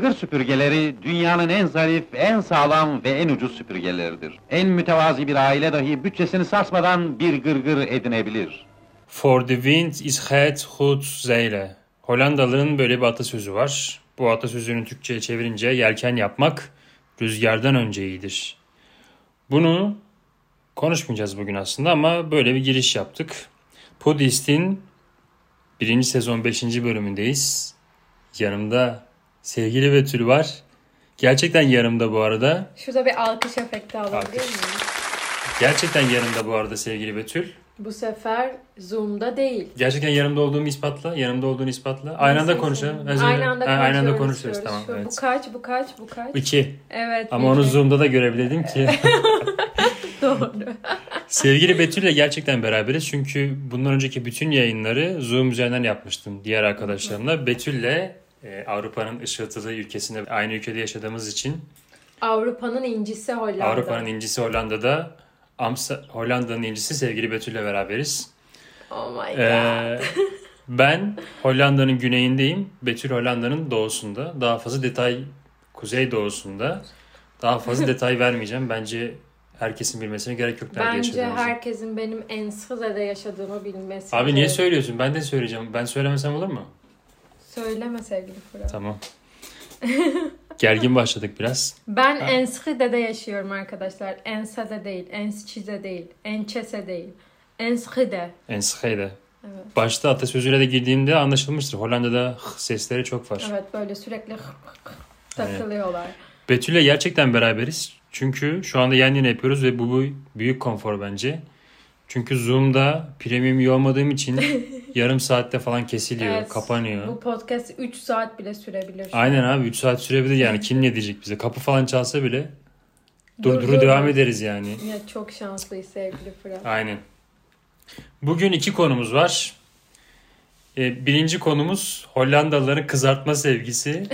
Gırgır süpürgeleri dünyanın en zarif, en sağlam ve en ucuz süpürgeleridir. En mütevazi bir aile dahi bütçesini sarsmadan bir gırgır edinebilir. For the wind is het goed zeilen. Hollandalı'nın böyle bir atasözü var. Bu atasözünü Türkçe'ye çevirince yelken yapmak rüzgardan önce iyidir. Bunu konuşmayacağız bugün aslında ama böyle bir giriş yaptık. Podist'in 1. sezon 5. bölümündeyiz. Yanımda sevgili Betül var. Gerçekten yanımda bu arada. Şurada bir alkış efekti alabilir miyim? Gerçekten yanımda bu arada sevgili Betül. Bu sefer Zoom'da değil. Gerçekten yanımda olduğumu ispatla. Yanımda olduğunu ispatla. Aynı anda konuşalım. Aynı anda konuşuyoruz. Tamam. Evet. Bu kaç? 2. Evet. Ama onu Zoom'da da görebilirdim ki. Doğru. Sevgili Betül'le gerçekten beraberiz. Çünkü bundan önceki bütün yayınları Zoom üzerinden yapmıştım diğer arkadaşlarımla. Betül'le Avrupa'nın ışıltılı ülkesinde aynı ülkede yaşadığımız için. Avrupa'nın incisi Hollanda. Avrupa'nın incisi Hollanda'da. Hollanda'nın incisi sevgili Betül'le beraberiz. Oh my god. Ben Hollanda'nın güneyindeyim. Betül Hollanda'nın doğusunda. Daha fazla detay kuzey doğusunda. Daha fazla detay vermeyeceğim. Bence herkesin bilmesine gerek yok nerede yaşadığımızı. Bence herkesin benim Enschede yaşadığımı bilmesi. Abi niye söylüyorsun? Ben de söyleyeceğim. Ben söylemesem olur mu? Söyleme sevgili Fırat. Tamam. Gergin başladık biraz. Ben Enschede'de yaşıyorum arkadaşlar. Enschede değil, Enschede değil, Enchese değil. Enschede. Enschede. Evet. Başta atasözüyle de girdiğimde anlaşılmıştır. Hollanda'da sesleri çok var. Evet, böyle sürekli takılıyorlar. Betül'le gerçekten beraberiz. Çünkü şu anda yan yana yapıyoruz ve bu büyük konfor bence. Çünkü Zoom'da premium üye olmadığım için yarım saatte falan kesiliyor, evet, kapanıyor. Bu podcast 3 saat bile sürebilir. Aynen abi 3 saat sürebilir yani kim ne diyecek bize. Kapı falan çalsa bile durur devam ederiz yani. Ya çok şanslıyız sevgili Fırat. Aynen. Bugün 2 konumuz var. Birinci konumuz Hollandalıların kızartma sevgisi.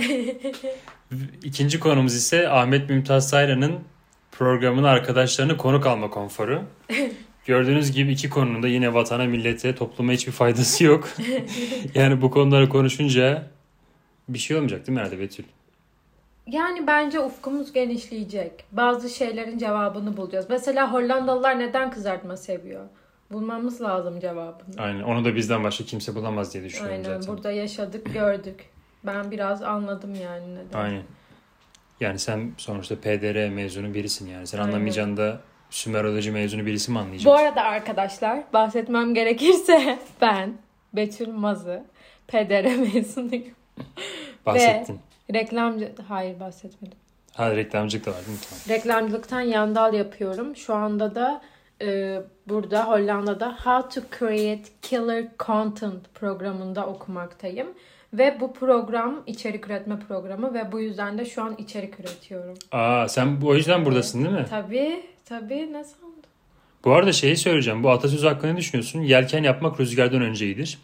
İkinci konumuz ise Ahmet Mümtaz Sayran'ın programına arkadaşlarını konuk alma konforu. Gördüğünüz gibi 2 konunun da yine vatana, millete, topluma hiçbir faydası yok. Yani bu konuları konuşunca bir şey olmayacak değil mi herhalde Betül? Yani bence ufkumuz genişleyecek. Bazı şeylerin cevabını bulacağız. Mesela Hollandalılar neden kızartma seviyor? Bulmamız lazım cevabını. Aynen. Onu da bizden başka kimse bulamaz diye düşünüyorum Aynen, zaten. burada yaşadık, gördük. Ben biraz anladım yani neden. Aynen. Yani sen sonuçta PDR mezunu birisin yani. Sen Aynen. anlamayacağın da Sümeroloji mezunu birisi mi anlayacak? Bu arada arkadaşlar bahsetmem gerekirse ben Betül Mazı PDR mezunuyum. Bahsettin. Ve hayır bahsetmedim. Ha reklamcılık da var değil mi? Tamam. Reklamcılıktan yandal yapıyorum. Şu anda da burada Hollanda'da How to Create Killer Content programında okumaktayım. Ve bu program içerik üretme programı ve bu yüzden de şu an içerik üretiyorum. Aa sen o yüzden buradasın değil mi? Tabii ne sandın? Bu arada şeyi söyleyeceğim. Bu atasözü hakkında ne düşünüyorsun? Yelken yapmak rüzgardan önce iyidir.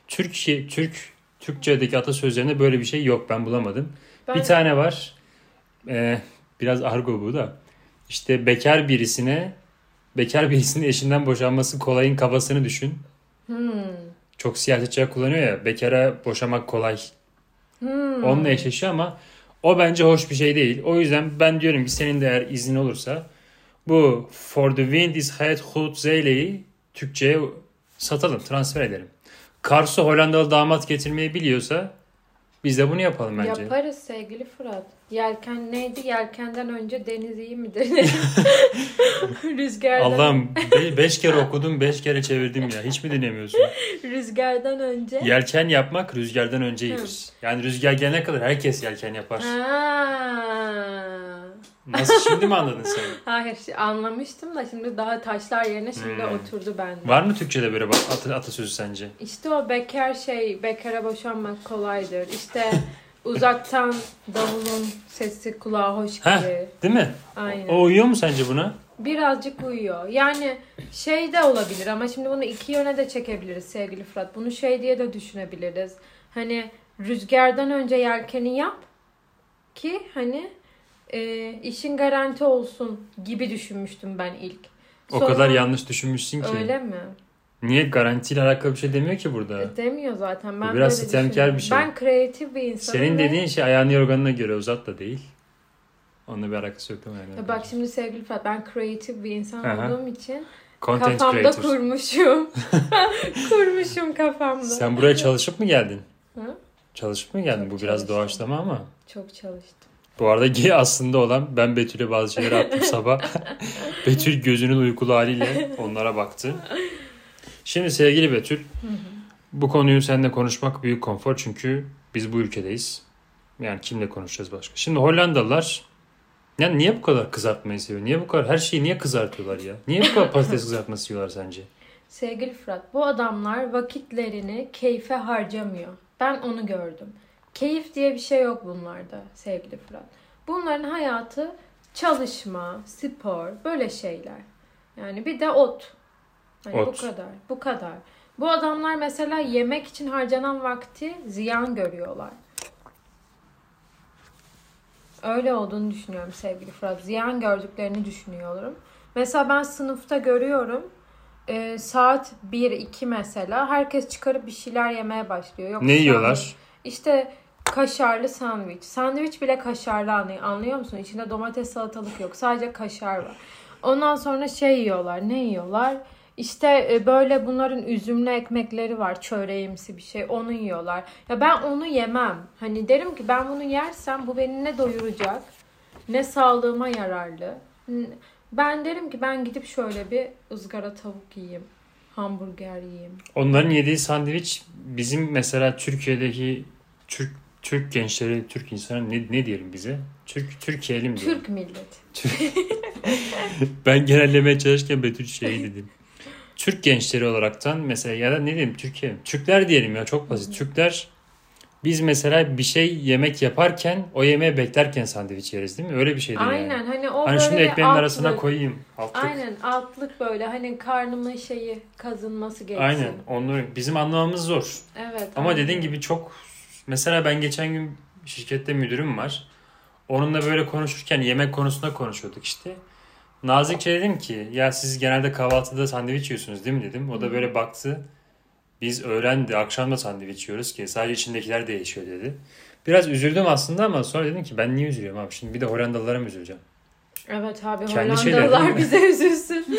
Türkçedeki atasözlerinde böyle bir şey yok. Ben bulamadım. Bir tane var. Biraz argo bu da. İşte bekar birisinin eşinden boşanması kolayın kafasını düşün. Çok siyasetçiler kullanıyor ya. Bekara boşamak kolay. Onunla eşleşiyor ama o bence hoş bir şey değil. O yüzden ben diyorum ki senin de eğer iznin olursa bu For the Wind is het goed zeilen'i Türkçe'ye satalım, transfer edelim. Karsu Hollandalı damat getirmeyi biliyorsa biz de bunu yapalım bence. Yaparız sevgili Fırat. Yelken neydi? Yelkenden önce deniz iyi midir? Rüzgardan. Allah'ım 5 kere okudum 5 kere çevirdim ya. Hiç mi dinlemiyorsun? Rüzgardan önce. Yelken yapmak rüzgardan önce iyidir. Yani rüzgar gelene kadar herkes yelken yapar. Nasıl şimdi mi anladın sen? Hayır anlamıştım da şimdi daha taşlar yerine şimdi oturdu bende. Var mı Türkçe'de böyle atasözü sence? İşte o bekara boşanmak kolaydır. İşte uzaktan davulun sesi kulağa hoş gibi. Değil mi? Aynen. O uyuyor mu sence buna? Birazcık uyuyor. Yani şey de olabilir ama şimdi bunu iki yöne de çekebiliriz sevgili Fırat. Bunu şey diye de düşünebiliriz. Hani rüzgardan önce yelkeni yap ki hani işin garanti olsun gibi düşünmüştüm ben ilk. O kadar yanlış düşünmüşsün ki. Öyle mi? Niye garantiyle alakalı bir şey demiyor ki burada? Demiyor zaten. Ben Bu biraz böyle sitemkar düşünüyorum. bir şey. Ben kreatif bir insanım. Senin ve- dediğin şey ayağını yorganına göre uzat da değil. Onunla bir alakası yok değil mi? Ya bak şimdi sevgili Fırat, ben kreatif bir insan Aha. olduğum için Content kafamda creator. kurmuşum. Kurmuşum kafamda. Sen buraya çalışıp mı geldin? Hı? Çalışıp mı geldin? Çok Bu biraz çalıştım. doğaçlama ama. Çok çalıştım. Bu arada aslında olan ben Betül'e bazı şeyler attım sabah. Betül gözünün uykulu haliyle onlara baktı. Şimdi sevgili Betül, bu konuyu seninle konuşmak büyük konfor çünkü biz bu ülkedeyiz. Yani kimle konuşacağız başka? Şimdi Hollandalılar yani niye bu kadar kızartmayı seviyor? Niye bu kadar her şeyi niye kızartıyorlar ya? Niye bu kadar patates kızartması yiyorlar sence? Sevgili Fırat, bu adamlar vakitlerini keyfe harcamıyor. Ben onu gördüm. Keyif diye bir şey yok bunlarda sevgili Fırat. Bunların hayatı çalışma, spor, böyle şeyler. Yani bir de ot. Hani Ot. bu kadar, bu kadar. Bu adamlar mesela yemek için harcanan vakti ziyan görüyorlar. Öyle olduğunu düşünüyorum sevgili Fırat. Ziyan gördüklerini düşünüyorum. Mesela ben sınıfta görüyorum. Saat 1-2 mesela herkes çıkarıp bir şeyler yemeye başlıyor. Yok, Ne yiyorlar? İşte kaşarlı sandviç. Sandviç bile kaşarlı, anlıyor musun? İçinde domates, salatalık yok. Sadece kaşar var. Ondan sonra şey yiyorlar. Ne yiyorlar? İşte böyle bunların üzümlü ekmekleri var. Çöreğimsi bir şey. Onu yiyorlar. Ya ben onu yemem. Hani derim ki ben bunu yersem bu beni ne doyuracak, ne sağlığıma yararlı. Ben derim ki ben gidip şöyle bir ızgara tavuk yiyeyim. Hamburger yiyeyim. Onların yediği sandviç bizim mesela Türkiye'deki Türk gençleri, Türk insanı ne diyelim bize? Türkiye'li mi diyelim? Türk milleti. Ben genellemeye çalışırken Betül şey dedim. Türk gençleri olaraktan mesela ya da ne diyeyim Türkler diyelim ya çok basit. Türkler biz mesela bir şey yemek yaparken o yemeği beklerken sandviç yeriz değil mi? Öyle bir şeydir yani. Aynen hani o Hani böyle şunu ekmeğin altlık. arasına koyayım. Altlık. Aynen altlık böyle hani karnımın şeyi kazınması geçsin. Aynen. Onu bizim anlamamız zor. Evet. Ama aynen. dediğin gibi çok mesela ben geçen gün şirkette müdürüm var. Onunla böyle konuşurken yemek konusunda konuşuyorduk işte. Nazikçe dedim ki ya siz genelde kahvaltıda sandviç yiyorsunuz değil mi dedim. O da böyle baktı. Biz öğlen akşam da sandviç yiyoruz ki sadece içindekiler değişiyor dedi. Biraz üzüldüm aslında ama sonra dedim ki ben niye üzülüyorum abi? Şimdi bir de Hollandalılara mı üzüleceğim? Evet abi, Kendi şeyler değil Hollandalılar mi? bize üzülsün.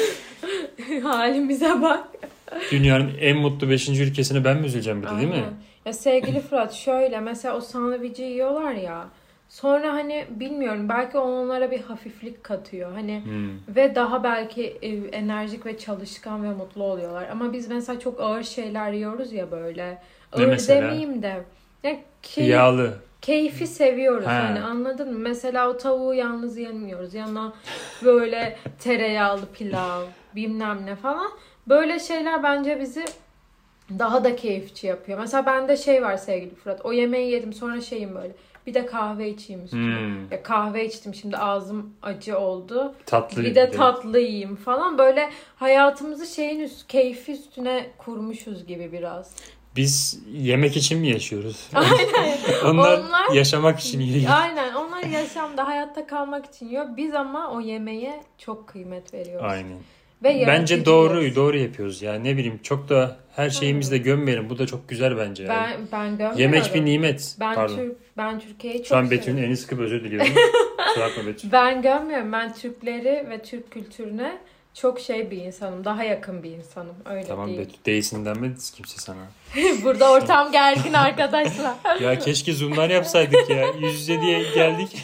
Halimize bak. Dünyanın en mutlu 5. ülkesine ben mi üzüleceğim bir de değil mi? Aynen. Ya sevgili Fırat şöyle mesela o sandviçi yiyorlar ya. Sonra hani bilmiyorum belki onlara bir hafiflik katıyor. Hani ve daha belki enerjik ve çalışkan ve mutlu oluyorlar. Ama biz mesela çok ağır şeyler yiyoruz ya böyle. Ağır mesela? demeyeyim de. Ya Yağlı. keyfi seviyoruz. Ha. Hani anladın mı? Mesela o tavuğu yalnız yemiyoruz. Yanına böyle tereyağlı pilav bilmem ne falan. Böyle şeyler bence bizi daha da keyifçi yapıyor. Mesela bende şey var sevgili Fırat. O yemeği yedim sonra şeyim böyle. Bir de kahve içeyim üstüne. Ya kahve içtim şimdi ağzım acı oldu. Tatlı. Bir de tatlı yiyeyim falan. Böyle hayatımızı keyfi üstüne kurmuşuz gibi biraz. Biz yemek için mi yaşıyoruz? Aynen. Onlar Onlar- yaşamak için yiyor. Aynen. Onlar yaşamda hayatta kalmak için yiyor. Biz ama o yemeğe çok kıymet veriyoruz. Aynen. Ve Bence yaratıcıyız. doğru yapıyoruz. Yani ne bileyim çok da her şeyimizi de gömmeyelim. Bu da çok güzel bence. Yani. Ben görmüyorum. Yemek bir nimet. Ben Pardon. ben Türkiye'yi çok Şu an seviyorum. Betül'ün elini sıkıp özür diliyorum. Kusura bakma Betül. Ben görmüyorum. Ben Türkleri ve Türk kültürüne çok bir insanım. Daha yakın bir insanım. Öyle Tamam değil. Betül değilsin denmedi kimse sana. Burada ortam gergin arkadaşlar. Ya keşke zoomlar yapsaydık ya. Yüz yüze diye geldik.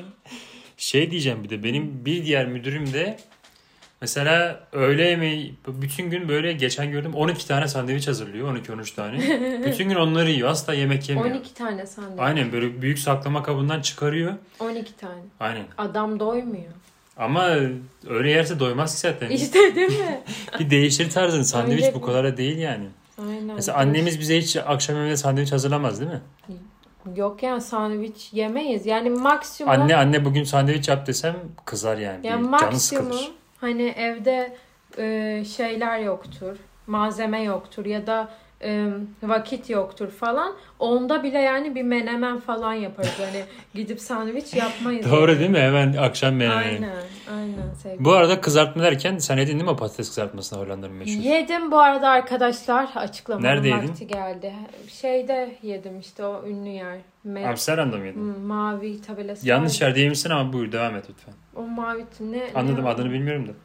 Şey diyeceğim bir de benim bir diğer müdürüm de mesela öğle yemeği bütün gün böyle geçen gördüm 12 tane sandviç hazırlıyor. 12-13 tane. Bütün gün onları yiyor. Asla yemek yemiyor. 12 tane sandviç. Aynen böyle büyük saklama kabından çıkarıyor. 12 tane. Aynen. Adam doymuyor. Ama öyle yerse doymaz ki zaten. İşte değil mi? Bir değiştir tarzını. Sandviç Öyle bu mi? kadar da değil yani. Aynen. Mesela annemiz bize hiç akşam yemeğinde sandviç hazırlamaz değil mi? Yok yani sandviç yemeyiz. Yani maksimum. Anne bugün sandviç yap desem kızar yani. Yani Bir canı maksimum sıkılır. hani evde şeyler yoktur. Malzeme yoktur ya da vakit yoktur falan. Onda bile yani bir menemen falan yaparız. Hani gidip sandviç yapmayız. Doğru yani. değil mi? Hemen akşam menemeni. Aynen sevgilim. Bu arada kızartma derken sen yedin değil mi o patates kızartmasını Hollanda'nın meşhur? Yedim bu arada arkadaşlar. Açıklamanın Nerede yedin? vakti geldi. Şeyde yedim işte o ünlü yer. Amsterdam'da mı yedin? Mavi tabelası Yanlış var. yerde yemişsin ama buyur devam et lütfen. O mavi ne? Anladım, ne? adını bilmiyorum da.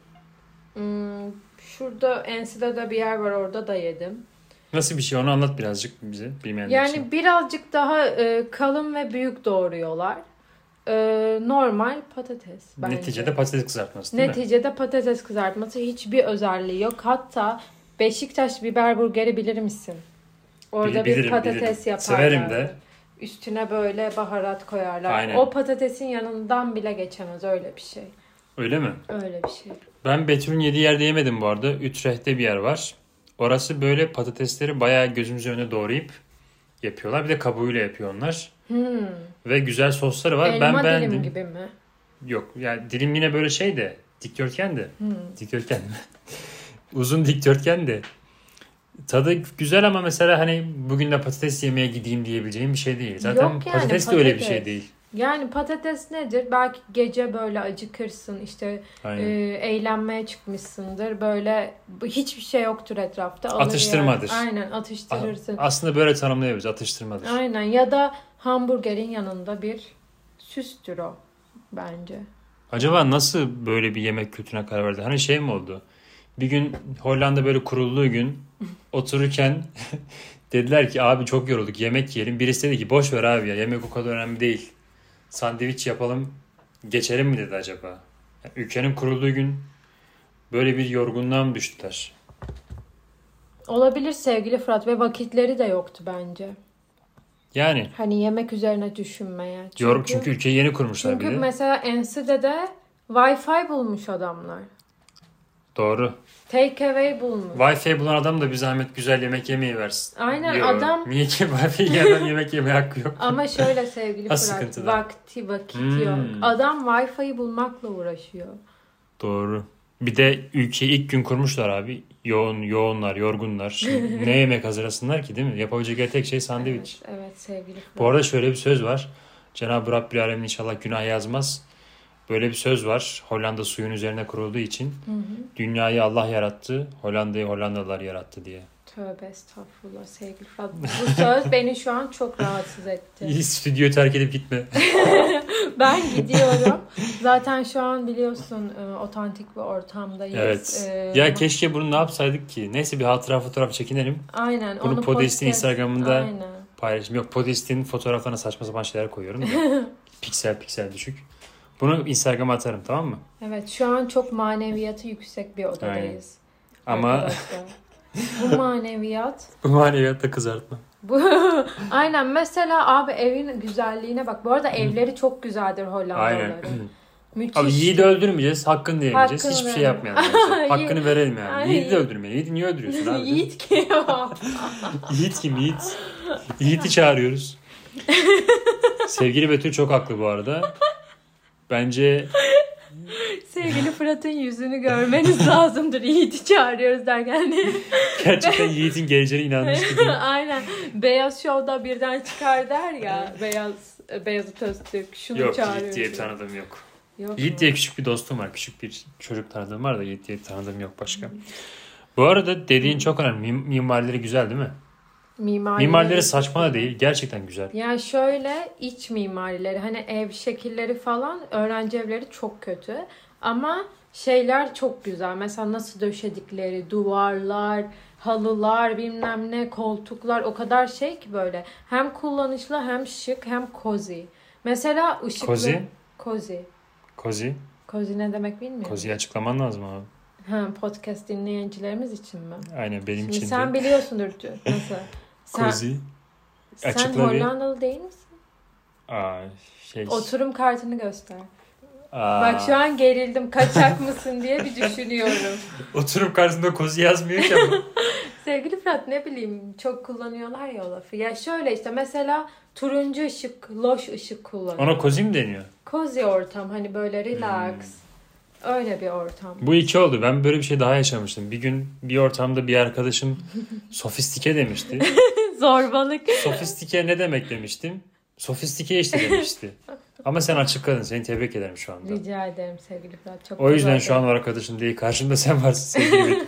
Şurada Enside'de bir yer var, orada da yedim. Nasıl bir şey, onu anlat birazcık bize bilmeyenler için. Yani birazcık daha kalın ve büyük doğruyorlar. Normal patates bence. Neticede patates kızartması değil mi? Neticede patates kızartması, hiçbir özelliği yok. Hatta Beşiktaş biber burgeri bilir misin? Orada bir patates yaparlar. Severim de. Üstüne böyle baharat koyarlar. Aynen. O patatesin yanından bile geçemez, öyle bir şey. Öyle mi? Öyle bir şey. Ben Betül'ün yediği yerde yemedim bu arada. Utrecht'te bir yer var. Orası böyle patatesleri bayağı gözümüzün önüne doğrayıp yapıyorlar. Bir de kabuğuyla yapıyor onlar. Ve güzel sosları var. Elma Ben beğendim. dilim gibi mi? Yok yani dilim yine böyle şey de dikdörtgen de. Dikdörtgen mi? Uzun dikdörtgen de. Tadı güzel ama mesela hani bugün de patates yemeye gideyim diyebileceğim bir şey değil. Zaten Yok yani, patates de öyle bir şey değil. Yani patates nedir? Belki gece böyle acıkırsın, işte eğlenmeye çıkmışsındır. Böyle hiçbir şey yoktur etrafta. Alır Atıştırmadır. Yani. Aynen, atıştırırsın. Aslında böyle tanımlayabiliriz, atıştırmadır. Aynen, ya da hamburgerin yanında bir süstür o bence. Acaba nasıl böyle bir yemek kültürüne karar verdi? Hani şey mi oldu? Bir gün Hollanda böyle kurulduğu gün otururken dediler ki abi çok yorulduk, yemek yiyelim. Birisi dedi ki boş ver abi ya, yemek o kadar önemli değil. Sandviç yapalım geçelim mi dedi acaba? Yani ülkenin kurulduğu gün böyle bir yorgunluğa mı düştüler? Olabilir sevgili Fırat, ve vakitleri de yoktu bence. Yani. Hani yemek üzerine düşünmeye. Çünkü ülkeyi yeni kurmuşlar çünkü bir de. mesela Enside'de Wi-Fi bulmuş adamlar. Doğru. Take away bulmuş. Wi-Fi bulan adam da bir zahmet güzel yemek yemeyi versin. Aynen Yo, adam. Niye ki Wi-Fi yiyen yemek yemeye hakkı yok? Ama şöyle sevgili Fırat, sıkıntıda. vakit yok. Adam Wi-Fi'yi bulmakla uğraşıyor. Doğru. Bir de ülkeyi ilk gün kurmuşlar abi. Yoğunlar, yorgunlar. Şimdi ne yemek hazırlasınlar ki değil mi? Yapabilecekleri tek şey sandviç. Evet sevgili Fırat. Bu arada şöyle bir söz var. Cenab-ı Rabbil Alemin inşallah günah yazmaz. Böyle bir söz var. Hollanda suyun üzerine kurulduğu için. Dünyayı Allah yarattı, Hollanda'yı Hollandalılar yarattı diye. Tövbe estağfurullah sevgili Fırat. Bu söz beni şu an çok rahatsız etti. İyi, stüdyoyu terk edip gitme. Ben gidiyorum. Zaten şu an biliyorsun otantik bir ortamdayız. Evet. Ya keşke bunu ne yapsaydık ki? Neyse bir hatıra fotoğraf çekinelim. Aynen. Bunu Podest'in Instagram'da Aynen. paylaşayım. Yok, Podest'in fotoğraflarına saçma sapan şeyler koyuyorum da. piksel düşük. Bunu Instagram'a atarım, tamam mı? Evet, şu an çok maneviyatı yüksek bir odadayız. Ama arkadaşlar. Bu maneviyat. bu maneviyatta kızartma. Aynen, mesela abi evin güzelliğine bak. Bu arada evleri çok güzeldir Hollandalıların. Aynen. Müthiş. Abi yiğidi öldürmeyeceğiz, hakkını diyemeyeceğiz. Hakkını Hiçbir şey verelim. yapmayalım. Hakkını verelim yani. Aynen. Yiğidi de öldürmeyelim. Yiğidi niye öldürüyorsun abi? Yiğit kim? Yiğit kim? Yiğit. Yiğit'i çağırıyoruz. Sevgili Betül çok haklı bu arada. Bence Sevgili Fırat'ın yüzünü görmeniz lazımdır. Yiğit'i çağırıyoruz derken. gerçekten Yiğit'in geleceğine inanmış gibi. Aynen. Beyaz Show'da birden çıkar der ya. Beyazıt Öztürk. Şunu Yok, çağırıyoruz. Yiğit diye bir tanıdığım yok. Yok Yiğit mu? diye küçük bir dostum var. Küçük bir çocuk tanıdığım var da Yiğit diye bir tanıdığım yok başka. Bu arada dediğin çok önemli. Mimarileri güzel değil mi? Mimarileri saçma da değil. Gerçekten güzel. Yani şöyle, iç mimarileri, hani ev şekilleri falan, öğrenci evleri çok kötü. Ama şeyler çok güzel. Mesela nasıl döşedikleri, duvarlar, halılar, bilmem ne, koltuklar, o kadar şey ki böyle. Hem kullanışlı, hem şık, hem cozy. Mesela ışıklı. Cozy? Cozy. Cozy ne demek bilmiyorum. Cozy'yi açıklaman lazım abi. Ha, podcast dinleyicilerimiz için mi? Aynen, benim Şimdi için sen de. biliyorsundur nasıl. Cozy. Sen Açıkla bir. Hollandalı değil misin? Oturum kartını göster. Bak şu an gerildim. Kaçak mısın diye bir düşünüyorum. Oturum kartında Cozy yazmıyor ki ama. Sevgili Fırat, ne bileyim, çok kullanıyorlar ya o lafı. Ya şöyle işte, mesela turuncu ışık, loş ışık kullanıyor. Ona Cozy mi deniyor? Cozy ortam, hani böyle relax. Öyle bir ortam. Bu iki oldu. Ben böyle bir şey daha yaşamıştım. Bir gün bir ortamda bir arkadaşım sofistike demişti. Zorbalık. Sofistike ne demek demiştim. Sofistike işte demişti. Ama sen açık kadın. Seni tebrik ederim şu anda. Rica ederim sevgili Fırat. Çok O yüzden güzel. şu an o arkadaşım değil. Karşımda sen varsın sevgili Betül.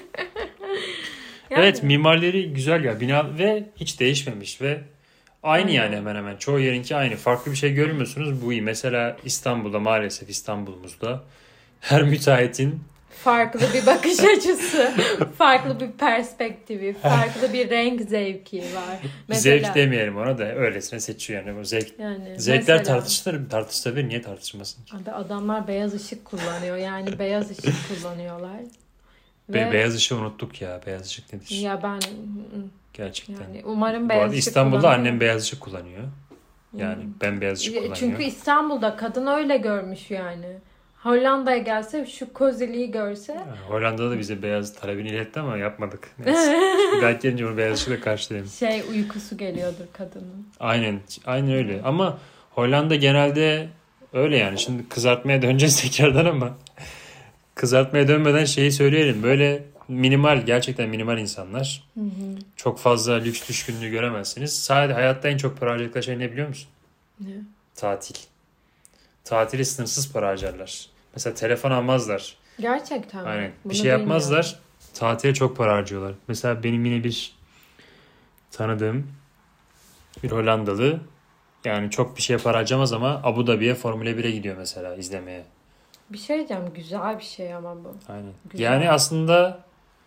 Yani, Evet, mimarleri güzel ya. Bina ve hiç değişmemiş ve aynı yani hemen hemen. Çoğu yerinki aynı. Farklı bir şey görmüyorsunuz. Bu iyi. Mesela İstanbul'da, maalesef İstanbul'umuzda her müteahhitin farklı bir bakış açısı, farklı bir perspektifi, farklı bir renk zevki var. Mesela, zevk demeyelim ona da, öylesine seçiyor yani. O yani zevkler mesela, tartışılır. Niye tartışılmasın? Abi adamlar beyaz ışık kullanıyor. Yani beyaz ışık kullanıyorlar. Ve Beyaz ışığı unuttuk ya. Beyaz ışık nedir? ya ben Gerçekten. yani umarım Bu beyaz arada ışık İstanbul'da kullanıyor. annem beyaz ışık kullanıyor. Yani ben beyaz ışık kullanıyor. Çünkü İstanbul'da kadın öyle görmüş yani. Hollanda'ya gelse şu koziliği görse. Yani Hollanda'da da bize beyaz talebini iletti ama yapmadık. Neyse. Bir dahaki gelince onu beyaz ışıkla karşılayalım. Uykusu geliyordur kadının. Aynen öyle. Ama Hollanda genelde öyle yani. Şimdi kızartmaya döneceğiz tekrardan ama kızartmaya dönmeden şeyi söyleyelim. Böyle minimal, gerçekten minimal insanlar. Hı hı. Çok fazla lüks düşkünlüğü göremezsiniz. Sadece hayatta en çok para harcadıkları şey ne biliyor musun? Ne? Tatil. Tatili sınırsız para harcarlar. Mesela telefon almazlar. Gerçekten mi? Aynen. Bunu Bir şey yapmazlar. Tatile çok para harcıyorlar. Mesela benim yine bir tanıdığım bir Hollandalı, yani çok bir şeye para harcamaz ama Abu Dhabi'ye Formula 1'e gidiyor mesela izlemeye. Bir şey diyeceğim. Güzel bir şey ama bu. Aynen. Güzel. Yani aslında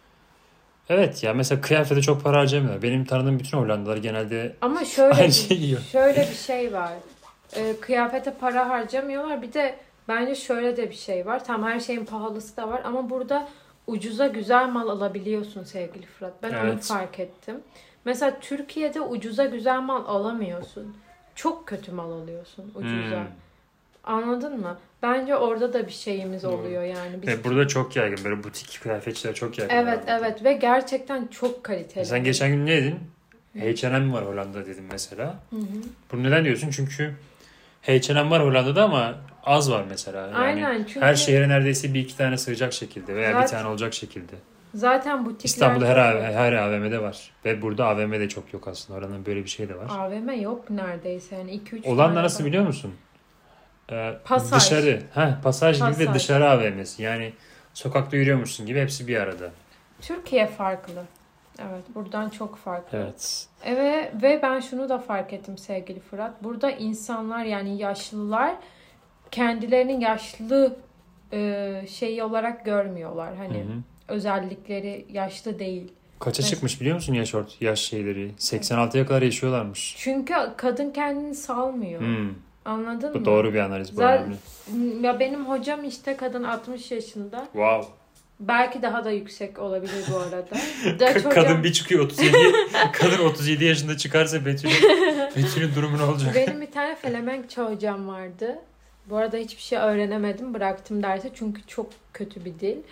evet ya, mesela kıyafete çok para harcamıyorlar. Benim tanıdığım bütün Hollandalılar genelde Ama şöyle aynı şeyi yiyor. şöyle bir şey var. Kıyafete para harcamıyorlar. Bir de bence şöyle de bir şey var. Tam her şeyin pahalısı da var ama burada ucuza güzel mal alabiliyorsun sevgili Fırat. Ben onu Evet. fark ettim. Mesela Türkiye'de ucuza güzel mal alamıyorsun. Çok kötü mal alıyorsun ucuza. Hmm. Anladın mı? Bence orada da bir şeyimiz Doğru. oluyor yani. Biz... Ve burada çok yaygın. Böyle butik kıyafetçiler çok yaygın. Evet ve gerçekten çok kaliteli. Sen geçen gün ne dedin? H&M var Hollanda'da dedim mesela. Hı hı. Bunu neden diyorsun? Çünkü H&M var Hollanda'da ama az var mesela. Yani Aynen, çünkü her şehre neredeyse bir iki tane sığacak şekilde veya Zaten- bir tane olacak şekilde. Zaten butikler İstanbul'da çok yok. her AVM'de var. Ve burada AVM de çok yok aslında. Oranın böyle bir şey de var. AVM yok neredeyse yani 2-3 Olan da tane nasıl var. biliyor musun? Pasaj. Dışarı. Pasaj gibi de Pasaj. dışarı AVM'si. Yani sokakta yürüyormuşsun gibi hepsi bir arada. Türkiye farklı. Evet, buradan çok farklı. Evet. Ve ben şunu da fark ettim sevgili Fırat. Burada insanlar yani yaşlılar kendilerinin yaşlı şeyi olarak görmüyorlar. Hani Hı hı. özellikleri yaşlı değil. Kaça Mes- çıkmış biliyor musun yaş şeyleri? 86'ya kadar yaşıyorlarmış. Çünkü kadın kendini salmıyor. Hmm. Anladın Bu mı? doğru bir analiz. Bu Zaten- önemli. Ya benim hocam işte kadın 60 yaşında. Wow. Belki daha da yüksek olabilir bu arada. Dutch Kadın hocam- bir çıkıyor 37. Kadın 37 yaşında çıkarsa Betül'ün durumu ne olacak? Benim bir tane Felemenkçe hocam vardı. Bu arada hiçbir şey öğrenemedim. Bıraktım dersi çünkü çok kötü bir dil.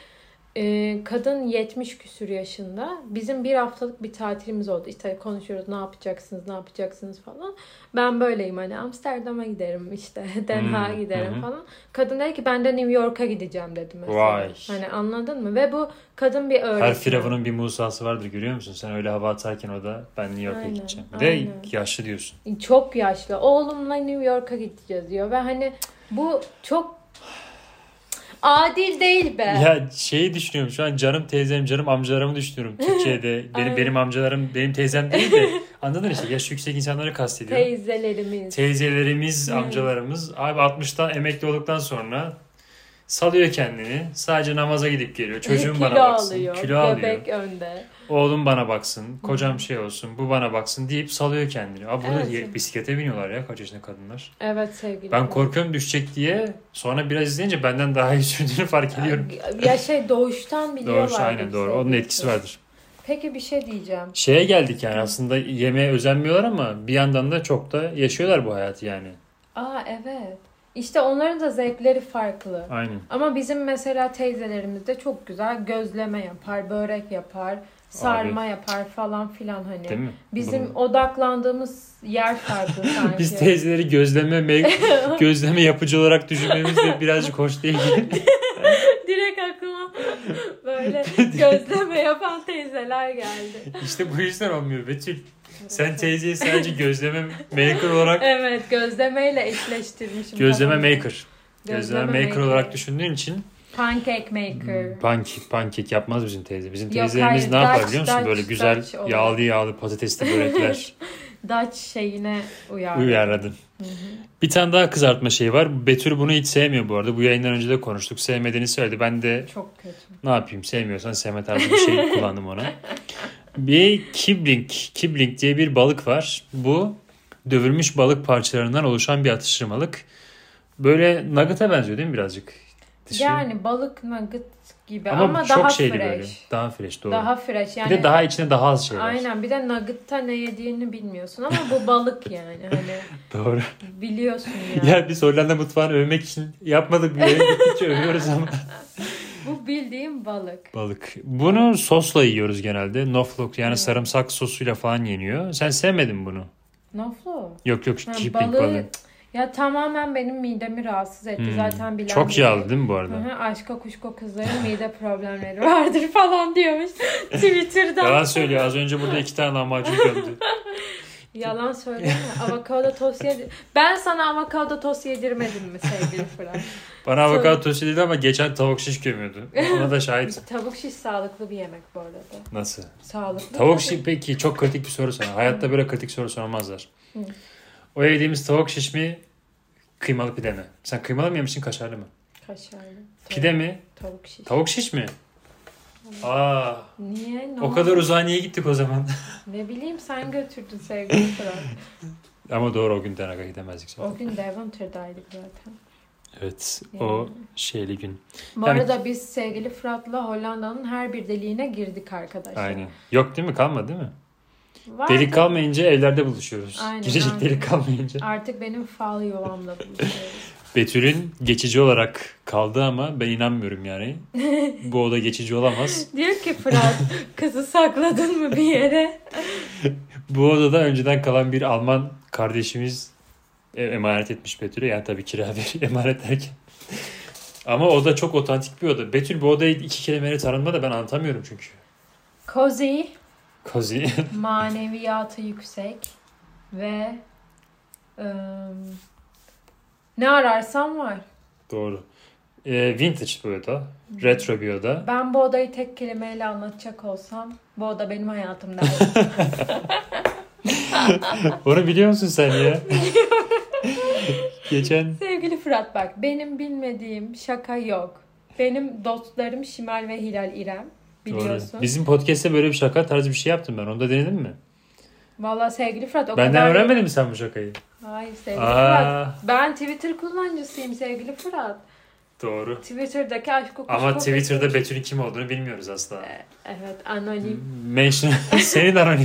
Kadın 70 küsür yaşında. Bizim bir haftalık bir tatilimiz oldu. İşte konuşuyoruz ne yapacaksınız falan. Ben böyleyim hani Amsterdam'a giderim işte Den Haag'a giderim hı. falan. Kadın dedi ki ben de New York'a gideceğim dedi mesela. Vay. Hani anladın mı? Ve bu kadın bir öğretmen. Her firavunun bir Musa'sı vardır, görüyor musun? Sen öyle hava atarken o da ben New York'a Aynen, gideceğim. Bir de aynen. yaşlı diyorsun. Çok yaşlı. Oğlumla New York'a gideceğiz diyor. Ve hani bu çok adil değil be. Ya şeyi düşünüyorum şu an, canım teyzem, canım amcalarımı düşünüyorum Türkiye'de. Aynen. Benim amcalarım, benim teyzem değil de anladın işte, yaş yüksek insanları kastediyorum. Teyzelerimiz. Teyzelerimiz, amcalarımız abi 60'tan emekli olduktan sonra salıyor kendini. Sadece namaza gidip geliyor. Çocuğum Kilo bana baksın. alıyor. Kilo alıyor. Bebek önde. Oğlum bana baksın. Kocam şey olsun. Bu bana baksın deyip salıyor kendini. Abi burada Evet. bisiklete biniyorlar ya kaç yaşında kadınlar. Evet sevgili. Ben korkuyorum düşecek diye. Sonra biraz izleyince benden daha iyi sürdüğünü fark ediyorum. Ya doğuştan biliyorlar. Doğru, aynen doğru. Onun etkisi vardır. Peki bir şey diyeceğim. Şeye geldik yani, aslında yemeğe özenmiyorlar ama bir yandan da çok da yaşıyorlar bu hayatı yani. Aa evet. İşte onların da zevkleri farklı. Aynen. Ama bizim mesela teyzelerimiz de çok güzel gözleme yapar, börek yapar, sarma yapar falan filan hani. Değil mi? Bizim odaklandığımız yer farklı sanki. Biz teyzeleri gözleme yapıcı olarak düşünmemiz de birazcık hoş değil. Gözleme yapan teyzeler geldi. İşte bu yüzden olmuyor Betül. Sen teyzeyi sadece gözleme maker olarak Evet, gözlemeyle eşleştirmişim. gözleme tamam. maker. Gözleme maker olarak düşündüğün için Pancake maker. pankek yapmaz bizim teyze. Bizim Yok, teyzelerimiz hayır, ne yapar Dutch, biliyor musun? Böyle Dutch güzel olarak. yağlı patatesli börekler Dutch şeyine uyarladım. uyarladın. Bir tane daha kızartma şeyi var. Betül bunu hiç sevmiyor bu arada. Bu yayından önce de konuştuk. Sevmediğini söyledi. Ben de Çok kötü. ne yapayım, sevmiyorsan sevme tarzı bir şey kullandım ona. Bir kibling diye bir balık var. Bu dövülmüş balık parçalarından oluşan bir atıştırmalık. Böyle nugget'a benziyor değil mi birazcık? Dışı. Yani balık nugget gibi ama ama çok daha şeyli fresh. böyle. Daha fresh, doğru. Daha fresh yani. Bir de daha içinde daha az şey var. Aynen, bir de nugget'ta ne yediğini bilmiyorsun ama bu balık yani hani Doğru. biliyorsun yani. Ya biz Hollanda mutfağını övmek için yapmadık bir yayın bittikçe övüyoruz ama. Bu bildiğim balık. Balık. Bunu sosla yiyoruz genelde. Knoflook yani sarımsak sosuyla falan yeniyor. Sen sevmedin mi bunu? Noflo. Yok Ha, kibling balığı. Ya tamamen benim midemi rahatsız etti. Zaten bilen Çok biri. yağlı değil mi bu arada? Hı hı, aşka kuşko kızların mide problemleri vardır falan diyormuş Twitter'dan. Yalan söylüyor. Az önce burada 2 tane lahmacun gömdü. Yalan söyleme. Avokado tost Ben sana avokado tost yedirmedim mi sevgili Fırat? Bana avokado tostu dedi ama geçen tavuk şiş gömüyordu. Ona da şahit. Tavuk şiş sağlıklı bir yemek bu arada. Nasıl? Sağlıklı. Tavuk şiş peki çok kritik bir soru sana. Hayatta böyle kritik soru sormazlar. O yediğimiz tavuk şiş mi? Kıymalı pide mi? Sen kıymalı mı yemişsin, kaşarlı mı? Kaşarlı. Pide mi? Tavuk şiş. Tavuk şiş mi? Aa, Niye? Ne o kadar uzağa niye gittik o zaman? Ne bileyim, sen götürdün sevgili Fırat. Ama doğru, o gün Denak'a gidemezdik zaten. O gün Devonter'daydık zaten. Evet, Yani. o şeyli gün. Bu Yani- arada biz sevgili Fırat'la Hollanda'nın her bir deliğine girdik arkadaşlar. Aynen. Yok değil mi? Kalmadı değil mi? Vardı. Delik kalmayınca evlerde buluşuyoruz. Aynen, Girecek aynen. delik kalmayınca. Artık benim fal yuvamla buluşuyoruz. Betül'ün geçici olarak kaldı ama ben inanmıyorum yani. Bu oda geçici olamaz. Diyor ki Fırat, kızı sakladın mı bir yere? Bu odada önceden kalan bir Alman kardeşimiz emanet etmiş Betül'e. Yani tabii kira bir emanet derken. Ama oda çok otantik bir oda. Betül, bu odayı 2 kelimeyle tanımla da ben anlatamıyorum çünkü. Cozy, Cozy. maneviyatı yüksek ve ne ararsan var. Doğru. Vintage bir oda. Retro bir oda. Ben bu odayı tek kelimeyle anlatacak olsam, bu oda benim hayatım derdim. Onu biliyor musun sen ya? Geçen... Sevgili Fırat bak, benim bilmediğim şaka yok. Benim dostlarım Şimal ve Hilal İrem, biliyorsun. Doğru. Bizim podcast'te böyle bir şaka tarzı bir şey yaptım ben. Onu da denedin mi? Vallahi sevgili Fırat o Benden kadar... öğrenmedin mi sen bu şakayı? Hayır sevgili Aa. Fırat. Ben Twitter kullanıcısıyım sevgili Fırat. Doğru. Twitter'daki aşk kokusu. Ama Twitter'da Betül'ün kim olduğunu bilmiyoruz asla. Evet, anonim. Mention... Senin anonim.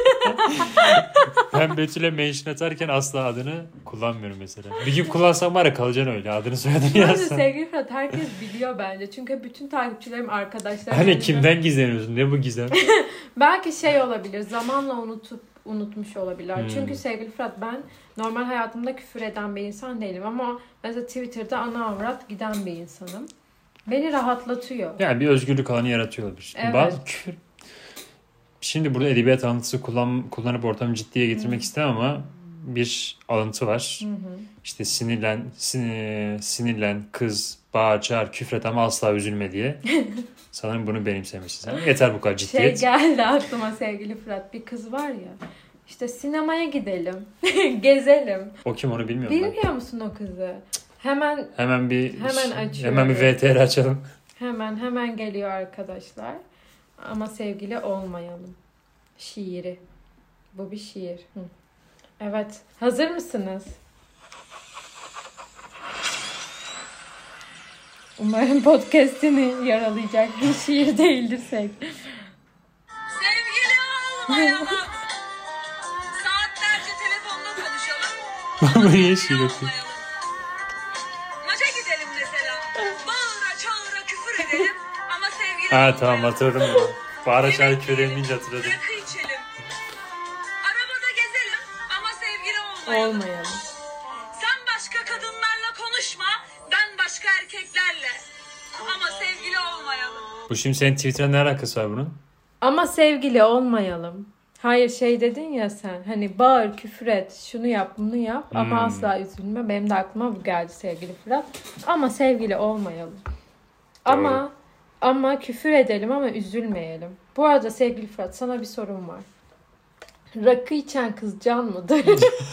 Ben Betül'e mention atarken asla adını kullanmıyorum mesela. Bir gün kullansam var ya, kalacaksın öyle. Adını soyadını Bence yazsan. sevgili Fırat herkes biliyor bence. Çünkü bütün takipçilerim arkadaşlar. Hani kimden gizleniyorsun? Ne bu gizem? Belki şey olabilir. Zamanla unutmuş olabilirler. Çünkü sevgili Fırat, ben normal hayatımda küfür eden bir insan değilim ama mesela Twitter'da ana avrat giden bir insanım. Beni rahatlatıyor. Yani bir özgürlük alanı yaratıyor olabilir. Evet. Bazı küfür... Şimdi burada edebiyat alıntısı kullanıp ortamı ciddiye getirmek istemem ama bir alıntı var. İşte sinirlen, kız, bağır, çağır, küfret ama asla üzülme diye. Sanırım bunu benimsemişsin sen. Yeter bu kadar ciddiyet. Şey geldi aklıma sevgili Fırat. Bir kız var ya. İşte sinemaya gidelim. Gezelim. O kim, onu bilmiyorum ben. Bilmiyor musun o kızı? Hemen Hemen açıyorum. Hemen bir VTR açalım. Hemen geliyor arkadaşlar. Ama sevgili olmayalım. Şiiri. Bu bir şiir. Hı. Evet. Hazır mısınız? Umarım podcast'ini yaralayacak bir şiir değildir sevgili. Sevgili olmayalım. Saatlerce telefonda konuşalım. Bu niye şiir yapıyor? Maça gidelim mesela. Bağıra çağıra küfür edelim. Ama sevgili Ha tamam, hatırladım bunu. Bağıra çağrı küreğinince hatırladım. Rakı içelim. Arabada gezelim. Ama sevgili olmayalım. Olmayalım. Sen başka kadınlarla konuşma. Ben başka erkeklerle. Ama sevgili olmayalım. Bu şimdi senin Twitter'la ne alakası var bunun? Ama sevgili olmayalım. Hayır şey dedin ya sen. Hani bağır, küfür et, şunu yap, bunu yap. Ama asla üzülme. Benim de aklıma bu geldi sevgili Fırat. Ama sevgili olmayalım. Ama küfür edelim ama üzülmeyelim. Bu arada sevgili Fırat sana bir sorum var. Rakı içen kız can mıdır?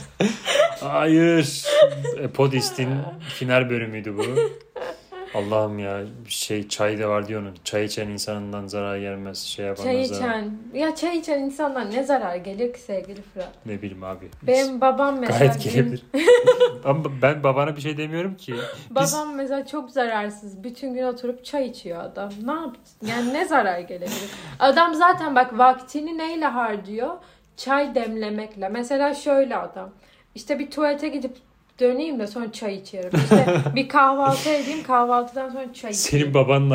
Hayır. Podist'in final bölümüydü bu. Allah'ım ya çay da var diyor onun. Çay içen insanından zarar gelmez. Çay içen insandan ne zarar gelir ki sevgili Fırat? Ne bileyim abi. Benim babam mesela... Gayet gelebilir. Ama ben babana bir şey demiyorum ki. Babam mesela çok zararsız. Bütün gün oturup çay içiyor adam. Ne yaptı? Yani ne zarar gelebilir? Adam zaten bak vaktini neyle harcıyor? Çay demlemekle. Mesela şöyle adam. İşte bir tuvalete gidip döneyim de sonra çay içerim. İşte bir kahvaltı edeyim, kahvaltıdan sonra çay içeyim. Senin babanın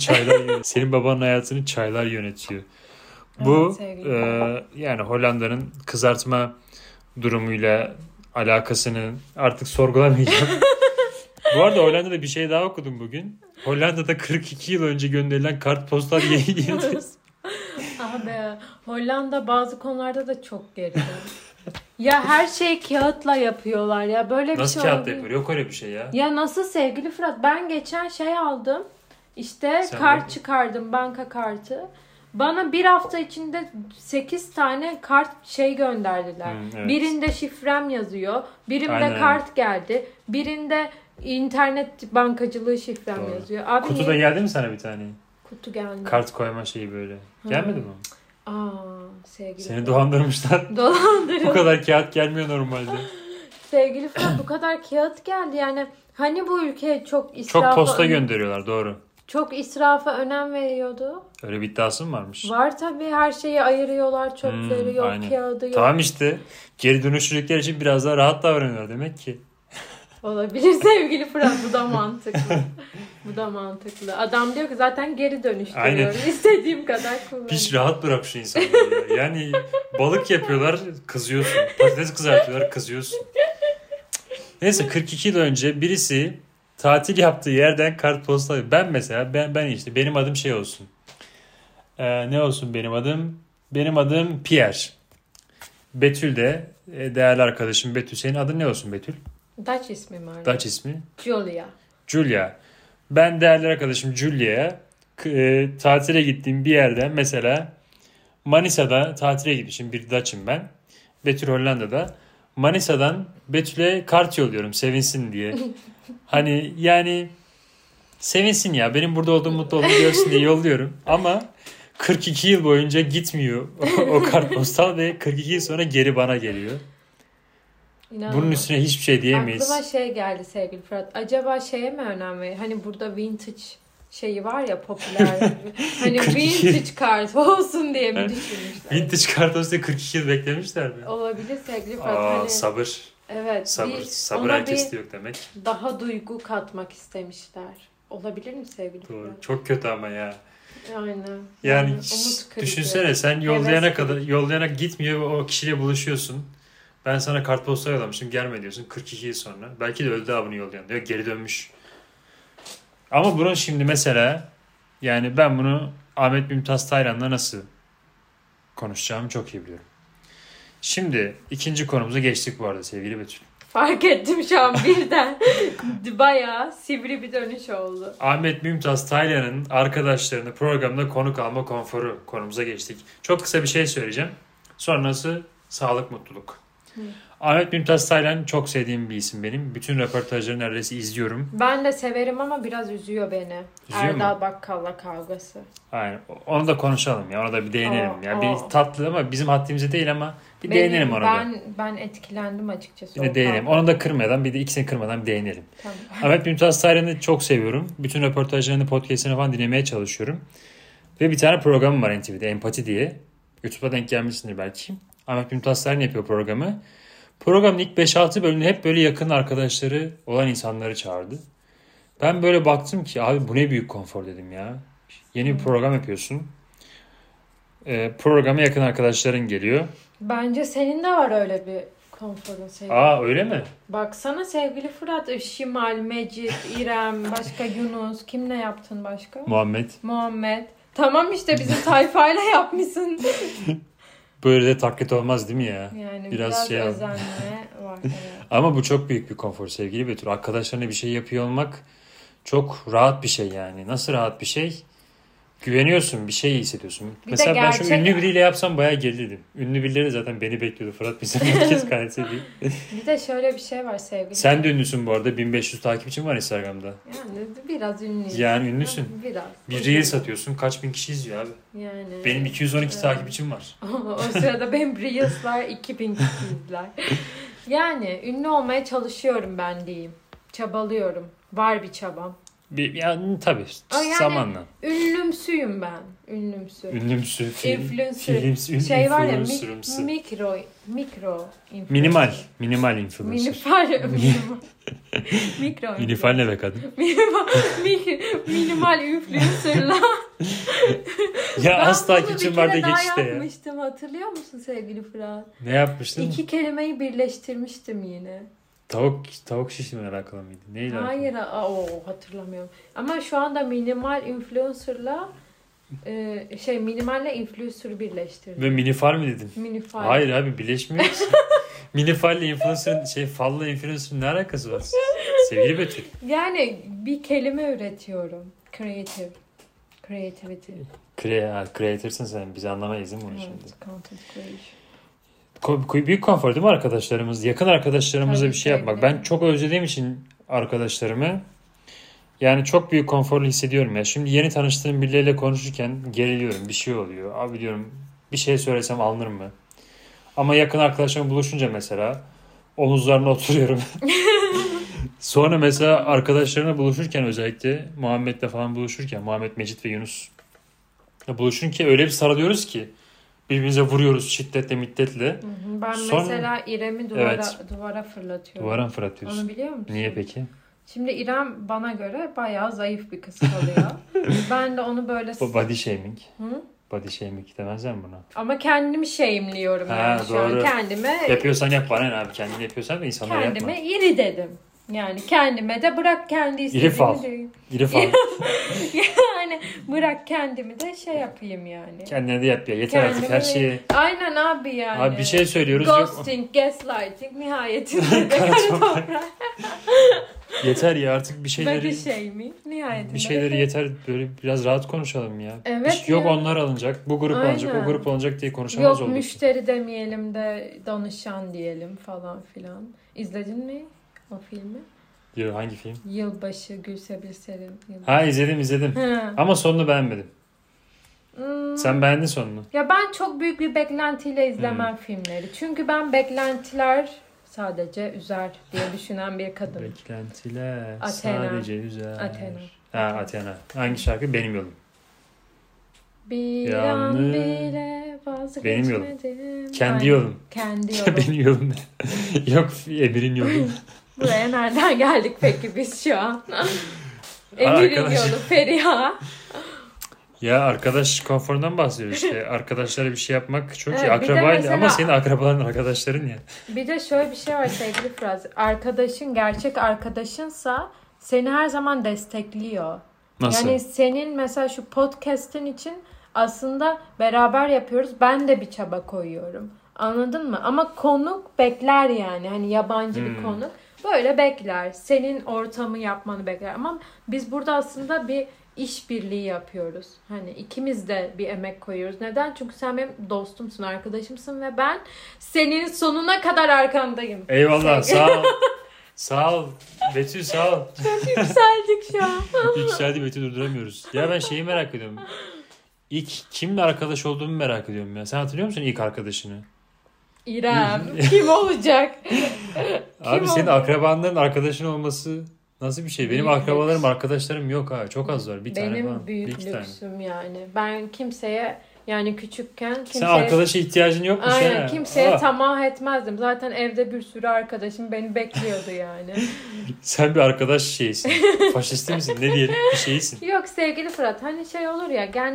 hayatını çaylar yönetiyor. Bu yani Hollanda'nın kızartma durumuyla alakasını artık sorgulamayacağım. Bu arada Hollanda'da bir şey daha okudum bugün. Hollanda'da 42 yıl önce gönderilen kartpostal yayınlandı. Abi Hollanda bazı konularda da çok geride. Ya her şey kağıtla yapıyorlar ya. Böyle bir nasıl şey kağıtla yapıyor? Yok öyle bir şey ya. Ya nasıl sevgili Fırat? Ben geçen şey aldım. İşte Sen kart çıkardım. Banka kartı. Bana bir hafta içinde 8 tane kart gönderdiler. Evet. Birinde şifrem yazıyor. Birimde Aynen. kart geldi. Birinde internet bankacılığı şifrem Doğru. yazıyor. Abi Kutuda geldi mi sana bir tane? Kutu geldi. Kart koyma şeyi böyle. Gelmedi mi? Sevgili Seni Fırat. dolandırmışlar. Bu kadar kağıt gelmiyor normalde. Sevgili Fırat bu kadar kağıt geldi. Yani hani bu ülke çok Çok posta gönderiyorlar doğru. Çok israfa önem veriyordu. Öyle bir iddiası mı varmış? Var tabii, her şeyi ayırıyorlar. Çöpleri yok, aynen. kağıdı yok. Tamam işte. Geri dönüştürükler için biraz daha rahat davranıyorlar demek ki. Olabilir sevgili Fırat, bu da mantıklı. Bu da mantıklı. Adam diyor ki zaten geri dönüştürüyorum. Aynen. İstediğim kadar kullanıyorum. Hiç rahat bırak şu insanları ya. Yani balık yapıyorlar kızıyorsun. Patates kızartıyorlar kızıyorsun. Neyse 42 yıl önce birisi tatil yaptığı yerden kartpostal. Ben mesela ben işte benim adım şey olsun. Ne olsun benim adım? Benim adım Pierre. Betül de değerli arkadaşım Betül. Senin adın ne olsun Betül? Dutch ismi mi? Dutch ismi. Julia. Ben değerli arkadaşım Julia'ya tatile gittiğim bir yerden mesela Manisa'da tatile gitmişim. Bir Dutch'ım ben. Betül Hollanda'da. Manisa'dan Betül'e kart yolluyorum sevinsin diye. Hani yani sevinsin ya benim burada olduğum mutlu olduğumu görsün diye yolluyorum. Ama 42 yıl boyunca gitmiyor o kartpostal ve 42 yıl sonra geri bana geliyor. İnanılmaz. Bunun üstüne hiçbir şey diyemeyiz. Aklıma geldi sevgili Fırat. Acaba şeye mi önem veriyor? Hani burada vintage şeyi var ya, popüler. Hani vintage kart olsun diye mi düşünmüşler? Vintage kart olsun diye 42 yıl beklemişler mi? Olabilir sevgili Fırat. Hani, sabır. evet. Sabır herkeste yok demek. Daha duygu katmak istemişler. Olabilir mi sevgili Doğru. Fırat? Çok kötü ama ya. Aynen. Yani umut kırıcı. düşünsene sen yollayana gitmiyor, o kişiyle buluşuyorsun. Ben sana kartpostal yollamışım, gelme diyorsun 42 yıl sonra. Belki de öldü abini yollayan diyor, geri dönmüş. Ama bunun şimdi mesela yani ben bunu Ahmet Mümtaz Taylan'la nasıl konuşacağımı çok iyi biliyorum. Şimdi ikinci konumuza geçtik bu arada sevgili Betül. Fark ettim şu an birden. Bayağı sivri bir dönüş oldu. Ahmet Mümtaz Taylan'ın arkadaşlarını programda konuk alma konforu konumuza geçtik. Çok kısa bir şey söyleyeceğim. Sonrası sağlık, mutluluk. Ahmet Mümtaz Taylan çok sevdiğim bir isim benim. Bütün röportajlarını neredeyse izliyorum. Ben de severim ama biraz üzüyor beni. Üzüyor Erdal mu? Bakkal'la kavgası. Aynen. Onu da konuşalım ya. Ona da bir değinelim. Bir tatlı ama bizim haddimize değil ama bir değinelim ona da. Ben etkilendim açıkçası. Bir de değinelim. Onu da kırmadan, bir de ikisini kırmadan bir değinelim. Tamam. Ahmet Mümtaz Taylan'ı çok seviyorum. Bütün röportajlarını, podcast'ını falan dinlemeye çalışıyorum. Ve bir tane programı var NTV'de, Empati diye. YouTube'da denk gelmişsindir belki. Ahmet Mümtaz Taylan yapıyor programı. Programın ilk 5-6 bölümünde hep böyle yakın arkadaşları olan insanları çağırdı. Ben böyle baktım ki abi bu ne büyük konfor dedim ya. Yeni bir program yapıyorsun. Programa yakın arkadaşların geliyor. Bence senin de var öyle bir konforun sevgili. Aa öyle mi? Baksana sevgili Fırat, Şimal, Mecit, İrem, başka Yunus. Kimle yaptın başka? Muhammed. Tamam işte bizim tayfayla yapmışsın. Böyle de taklit olmaz değil mi ya? Yani Biraz şey özenme var. Evet. Ama bu çok büyük bir konfor sevgili Betül. Arkadaşlarına bir şey yapıyor olmak çok rahat bir şey yani. Nasıl rahat bir şey? Güveniyorsun, bir şey hissediyorsun. Bir Mesela de ben şu gerçek- ünlü biriyle yapsam bayağı gerilirdim. Ünlü birileri zaten beni bekliyordu. Fırat bizim herkes kahretsin diye. Bir de şöyle bir şey var sevgili. Sen de ünlüsün bu arada. 1500 takipçin var Instagram'da. Yani biraz ünlüyüm. Yani ünlüsün. Biraz. Bir reel satıyorsun. Kaç bin kişi izliyor abi? Yani. Benim 212 takipçim var. O sırada benim Reels'lar 2000 kişi izler. Yani ünlü olmaya çalışıyorum ben diyeyim. Çabalıyorum. Var bir çabam. Yani tabii Yani zamanla. Ünlümsüyüm ben. Ünlümsü. Ünlümsü. Influencer. Şey var ya influencer'ımsı. mikro influencer. Minimal influencer. Mikro Minifal ne be kadın? minimal influencer'la. Ya Ben az bunu takipçim bir var da kere geç daha işte ya. yapmıştım. Hatırlıyor musun sevgili Fırat? Ne yapmıştın? 2 kelimeyi birleştirmiştim yine. Tavuk şişimle alakalı mıydı? Neyle alakalı? Hayır, hatırlamıyorum. Ama şu anda minimal influencer'la minimalle influencer'ı birleştirdim. Ve minifal mi dedim? Minifal. Hayır abi birleşmiyor ki. Minifalle influencer'ın falla influencer'ın ne alakası var? Sevgili Betül. Yani bir kelime üretiyorum. Creativity. Creator'sın sen. Biz anlamayız değil mi bunu Evet, şimdi? content creation. Büyük konfor değil mi arkadaşlarımız? Yakın arkadaşlarımızla Tabii, bir şey yapmak. tabii. Ben çok özlediğim için arkadaşlarımı yani çok büyük konforlu hissediyorum ya. Şimdi yeni tanıştığım birileriyle konuşurken geriliyorum. Bir şey oluyor. Abi diyorum bir şey söylesem alınır mı? Ama yakın arkadaşlarımla buluşunca mesela omuzlarına oturuyorum. Sonra mesela arkadaşlarımla buluşurken özellikle Muhammed'le falan buluşurken Muhammed, Mecit ve Yunus buluşurken öyle bir sarılıyoruz ki birbirimize vuruyoruz şiddetle middetle. Hı hı. Ben Sonra- mesela İrem'i duvara fırlatıyorum. Duvara mı fırlatıyorsun? Onu biliyor musun? Niye peki? Şimdi İrem bana göre bayağı zayıf bir kız kalıyor. Ben de onu böyle... Bu body shaming. Hı? Body shaming demezler mi buna? Ama kendimi shame'liyorum Ha, yani şu an. doğru. Kendime Yapıyorsan yap bana ne abi? Kendini yapıyorsan da insanlara yapma. kendime iri dedim. Yani kendime de bırak kendi İri fal. istediğimi de. İri falan. Yani bırak kendimi de şey yapayım yani. Kendine de yap ya. Yeter artık her Kendime- şeyi. Aynen abi yani. Abi bir şey söylüyoruz yok. Ghosting, gaslighting nihayetinde. Kara Kara toprak. toprak. Yeter ya artık bir Body şeyleri shaming nihayetinde. bir şeyleri yeter böyle biraz rahat konuşalım ya. Evet Yok ya. onlar alınacak, bu grup Aynen. alınacak, o grup alınacak diye konuşamaz Yok olduk. müşteri demeyelim de danışan diyelim falan filan. İzledin mi o filmi? Diyor hangi film? Yılbaşı Gülse Birsel'in. Ha izledim. Hı. Ama sonunu beğenmedim. Sen beğendin sonunu. Ya ben çok büyük bir beklentiyle izlemem filmleri. Çünkü ben beklentiler sadece üzer diye düşünen bir kadınım. Beklentiler Athena. sadece güzel. Athena. Ha Athena. Hangi şarkı? Benim yolum. Bir Yalnız an bile vazgeçmedim. benim yolum. Kendi Aynen. yolum. Kendi yolum. Benim yolum. Yok Emir'in yolu. Buraya nereden geldik peki biz şu an? Emir'in Arkadaş. yolu Feriha. Ya arkadaş konforundan bahsediyoruz işte. Arkadaşlara bir şey yapmak çok iyi. Evet, bir de Akrabayla mesela- ama senin akrabaların arkadaşların ya. Bir de şöyle bir şey var sevgili Fırat. Arkadaşın gerçek arkadaşınsa seni her zaman destekliyor. Nasıl? Yani senin mesela şu podcast'in için aslında beraber yapıyoruz. Ben de bir çaba koyuyorum. Anladın mı? Ama konuk bekler yani. Hani yabancı bir konuk. Böyle bekler. Senin ortamı yapmanı bekler. Ama biz burada aslında bir işbirliği yapıyoruz. Hani ikimiz de bir emek koyuyoruz. Neden? Çünkü sen benim dostumsun, arkadaşımsın ve ben senin sonuna kadar arkandayım. Eyvallah sağ ol. Sağ ol. Betül sağ ol. Yükseldik şu an. Yükseldi Betül durduramıyoruz. Ya ben şeyi merak ediyorum. İlk kimle arkadaş olduğumu merak ediyorum ya. Sen hatırlıyor musun ilk arkadaşını? İrem. Kim olacak? Abi senin oldu? akrabanların arkadaşın olması nasıl bir şey? Benim Büyük akrabalarım, lüks. arkadaşlarım yok ha. Çok az var. Bir tane Benim falan. Bir büyük iki tane. lüksüm yani. Ben kimseye yani küçükken kimseye... Sen arkadaşa ihtiyacın yokmuş Aynen ha. kimseye Aa, tamah etmezdim. Zaten evde bir sürü arkadaşım beni bekliyordu yani. Sen bir arkadaş şeysin. Faşisti misin? Ne diyelim? Bir şeysin. Yok sevgili Fırat hani şey olur ya yani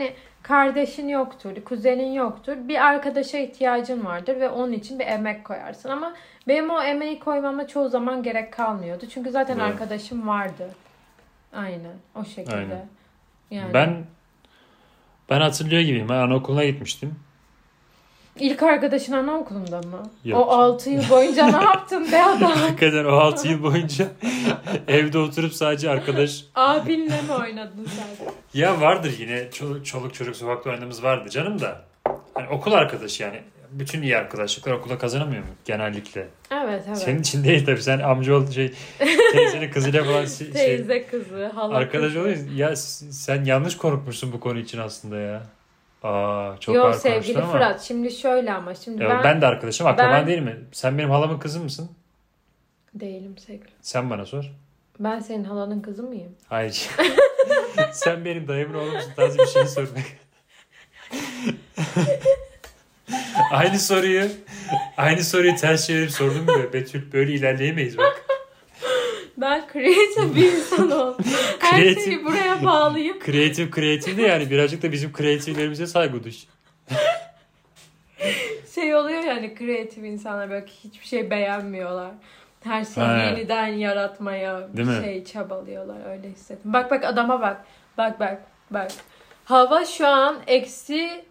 kardeşin yoktur, kuzenin yoktur. Bir arkadaşa ihtiyacın vardır ve onun için bir emek koyarsın. Ama benim o emeği koymama çoğu zaman gerek kalmıyordu. Çünkü zaten Evet. arkadaşım vardı. Aynen. O şekilde. Aynen. Yani. Ben hatırlıyor gibiyim. Ben anaokuluna gitmiştim. İlk arkadaşın anaokulunda mı? Yok. O 6 yıl boyunca ne yaptın be adam? Hakikaten o 6 yıl boyunca evde oturup sadece arkadaş... Abinle mi oynadın sen? Ya vardır yine çoluk çocuk sokakta oynadığımız vardı canım da. Hani okul arkadaşı yani. Bütün iyi arkadaşlıklar okulda kazanamıyor mu genellikle? Evet. Senin için değil tabii. Sen amcaoğlu teyzenin kızıyla falan Teyze kızı, hala arkadaş kızı. oluyorsun. Ya sen yanlış korkmuşsun bu konu için aslında ya. Çok Yok ağır konuştun sevgili ama. Fırat, şimdi şöyle ama şimdi Ya ben de arkadaşım. Akraban ben- değil mi? Sen benim halamın kızı mısın? değilim sevgili. Sen bana sor. Ben senin halanın kızı mıyım? Hayır. Sen benim dayımın oğlu musun? Tarzı bir şey sormak. aynı soruyu ters çevirip sordum mu? Betül böyle ilerleyemeyiz bak. Ben creative bir insan oldum. Her Creative- şeyi buraya bağlayıp Kreatif de yani birazcık da bizim kreatiflerimize saygı duy. şey oluyor yani creative insanlar böyle hiçbir şey beğenmiyorlar. Her şeyi Ha. yeniden yaratmaya Değil mi? şey çabalıyorlar, öyle hissettim. Bak adama bak. Bak. Hava şu an eksi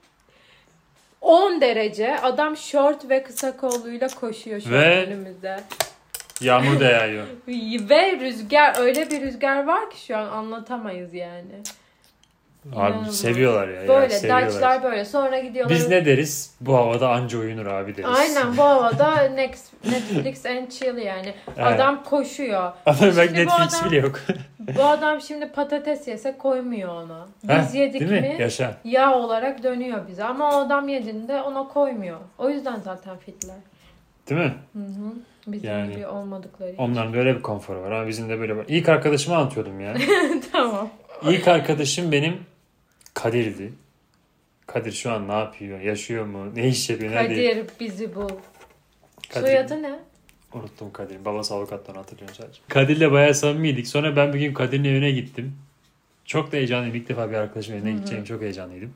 10 derece. Adam şort ve kısa kolluyla koşuyor şu an Ve- önümüzde. Yağmur da yağıyor. Ve rüzgar, öyle bir rüzgar var ki şu an anlatamayız yani. Abi İnanılmaz. seviyorlar ya. Böyle seviyorlar. Dutch'lar böyle. Sonra gidiyorlar. Biz ne deriz? Bu havada anca uyunur abi deriz. Aynen, bu havada Netflix and chill yani. Evet. Adam koşuyor. Ama belki Şimdi bu Netflix adam- bile yok. Bu adam şimdi patates yese koymuyor ona. Biz Heh, yedik değil mi? mi Yaşa. yağ olarak dönüyor bize. Ama o adam yediğinde ona koymuyor. O yüzden zaten fitler. Değil mi? Bizim Yani. gibi olmadıkları için. Onların da öyle bir konforu var ama bizim de böyle var. İlk arkadaşımı anlatıyordum ya. Tamam. İlk arkadaşım benim Kadir'di. Kadir şu an ne yapıyor? Yaşıyor mu? Ne iş yapıyor? Nerede? Kadir bizi bul. Kadir. Soyadı ne? Unuttum Kadir'in. Babası avukattan hatırlıyorum sadece. Kadir'le bayağı samimiydik. Sonra ben bir gün Kadir'in evine gittim. Çok da heyecanlıyım. İlk defa bir arkadaşımın evine gideceğim. Çok heyecanlıydım.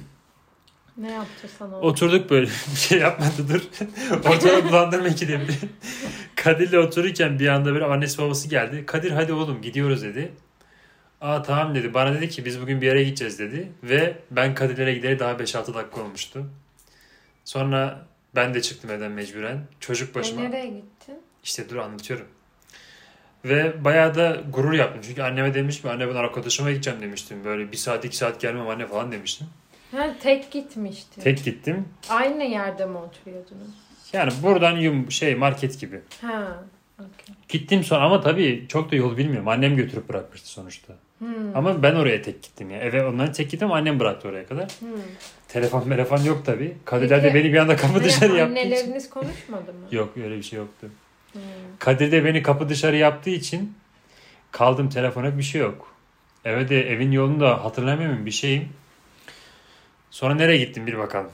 Ne yaptı sana? Oturduk böyle. Bir şey yapmadı dur. Ortalığı bulandırma ikide bir. Kadir'le otururken bir anda böyle annesi babası geldi. Kadir hadi oğlum gidiyoruz dedi. Tamam dedi. Bana dedi ki biz bugün bir yere gideceğiz dedi. Ve ben Kadir'lere gideri daha 5-6 dakika olmuştu. Sonra ben de çıktım evden mecburen. Çocuk başıma. Nereye gittin? İşte dur anlatıyorum. Ve bayağı da gurur yaptım. Çünkü anneme demiştim. Anne ben arkadaşıma gideceğim demiştim. Böyle 1 saat 2 saat gelmem anne falan demiştim. Ha, tek gitmiştin. Tek gittim. Aynı yerde mi oturuyordunuz? Yani buradan market gibi. Ha. Okay. Gittim sonra ama tabii çok da yol bilmiyorum. Annem götürüp bırakmıştı sonuçta. Ama ben oraya tek gittim ya. Eve onları tek gittim ama annem bıraktı oraya kadar. Telefon yok tabii. Kadirler de Peki, beni bir anda kapı dışarı yaptığı için. Anneleriniz konuşmadı mı? Yok öyle bir şey yoktu. Kadir de beni kapı dışarı yaptığı için kaldım, telefona bir şey yok. Eve de evin yolunu da hatırlamıyorum bir şeyim. Sonra nereye gittim bir bakalım.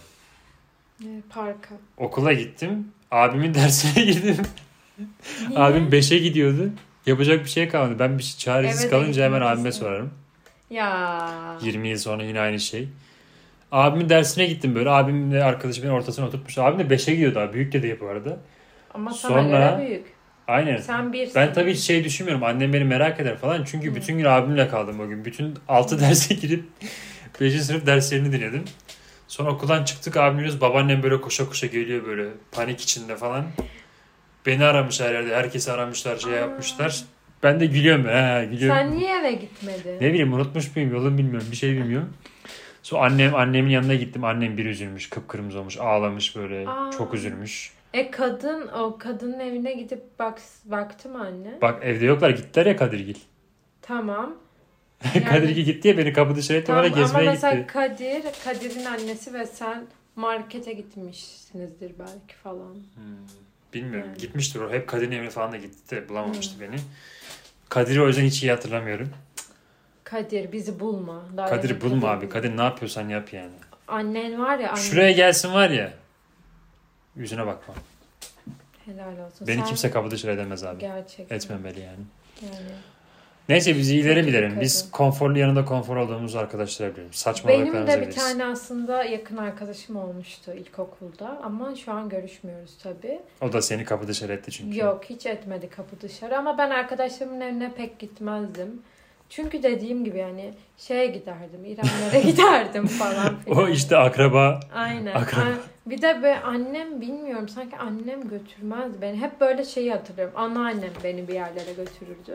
Parka. Okula gittim. Abimin dersine girdim. Abim 5'e gidiyordu. Yapacak bir şey kalmadı. Ben bir çaresiz Eve de kalınca hemen gitmek abime istedim. sorarım. Ya. 20 yıl sonra yine aynı şey. Abimin dersine gittim böyle. Abimle arkadaşım beni ortasına oturtmuş. Abim de 5'e gidiyordu abi. Büyük dedi bu arada. Ama sana Sonra- göre büyük. Aynen. Sen birsin. Ben tabii hiç şey düşünmüyorum. Annem beni merak eder falan. Çünkü bütün gün abimle kaldım o gün. Bütün 6 derse girip 5. sınıf derslerini dinledim. Sonra okuldan çıktık abim diyoruz. Babaannem böyle koşa koşa geliyor böyle panik içinde falan. Beni aramış her yerde. Herkesi aramışlar, şey yapmışlar. Ben de gülüyorum. Gülüyorum. Sen niye eve gitmedin? Ne bileyim unutmuş muyum? Yolunu bilmiyorum. Bir şey bilmiyorum. Sonra annemin yanına gittim. Annem bir üzülmüş. Kıpkırmızı olmuş. Ağlamış böyle. Çok üzülmüş. O kadının evine gidip baktı mı anne? Bak evde yoklar. Gittiler ya Kadirgil. Tamam. Kadirgil gitti ya beni kapı dışarı etti. Tamam Bana ama gezmeye mesela gitti. Kadir'in annesi ve sen markete gitmişsinizdir belki falan. Bilmiyorum. Yani. Gitmiştir o. Hep Kadir'in evine falan da gitti de bulamamıştı beni. Kadir'i o yüzden hiç iyi hatırlamıyorum. Kadir bizi bulma. Daha Kadir'i yeni bulma abi. bulma. Kadir ne yapıyorsan yap yani. Annen var ya. Annen. Şuraya gelsin var ya. Yüzüne bakma. Helal olsun. Beni Sen kimse kapı dışarı edemez abi. gerçekten. Etmemeli yani. Yani. Neyse biz iyileri Kötü bir bilelim. kadın. Biz konforlu yanında konfor olduğumuz arkadaşlara bilelim. Benim Saçmalıklarımıza de bir biliriz. tane aslında yakın arkadaşım olmuştu ilkokulda ama şu an görüşmüyoruz tabii. O da seni kapı dışarı etti çünkü. Yok, hiç etmedi kapı dışarı ama ben arkadaşlarımın evine pek gitmezdim. Çünkü dediğim gibi yani şeye giderdim, İremlere giderdim falan filan. O işte akraba. Aynen. Akraba. Bir de böyle annem bilmiyorum sanki annem götürmezdi beni. Hep böyle şeyi hatırlıyorum. Anneannem beni bir yerlere götürürdü.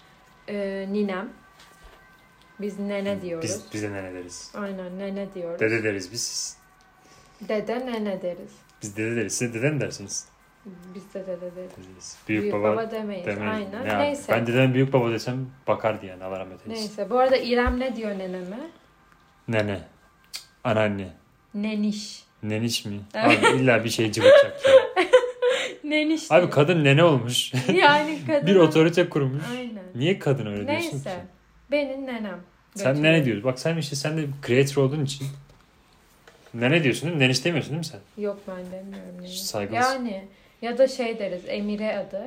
Ninem. Biz nene diyoruz. Biz de nene deriz. Aynen nene diyoruz. Dede deriz biz. Dede nene deriz. Biz dede deriz. Siz dede mi dersiniz? Biz de dede deriz. Deriz. Büyük baba demeyiz. demeyiz. Aynen. Ne abi? Neyse. Ben dedem büyük baba desem bakardı yani. Allah rahmet eylesin. Neyse. Bu arada İrem ne diyor neneme? Nene. Anneanne. Neniş. Neniş mi? Evet. Abi illa bir şey cıvıtacak ya. Neniş Abi diyor. kadın nene olmuş. Yani kadın. Bir otorite kurmuş. Aynen. Niye kadın öyle diyorsun ki? Neyse. Benim nenem. Sen Götürüyor. nene diyorsun. Bak sen de creator olduğun için. Nene diyorsun değil mi? Neniş demiyorsun değil mi sen? Yok ben demiyorum. nene. Saygılısın. Yani ya da şey deriz. Emire adı.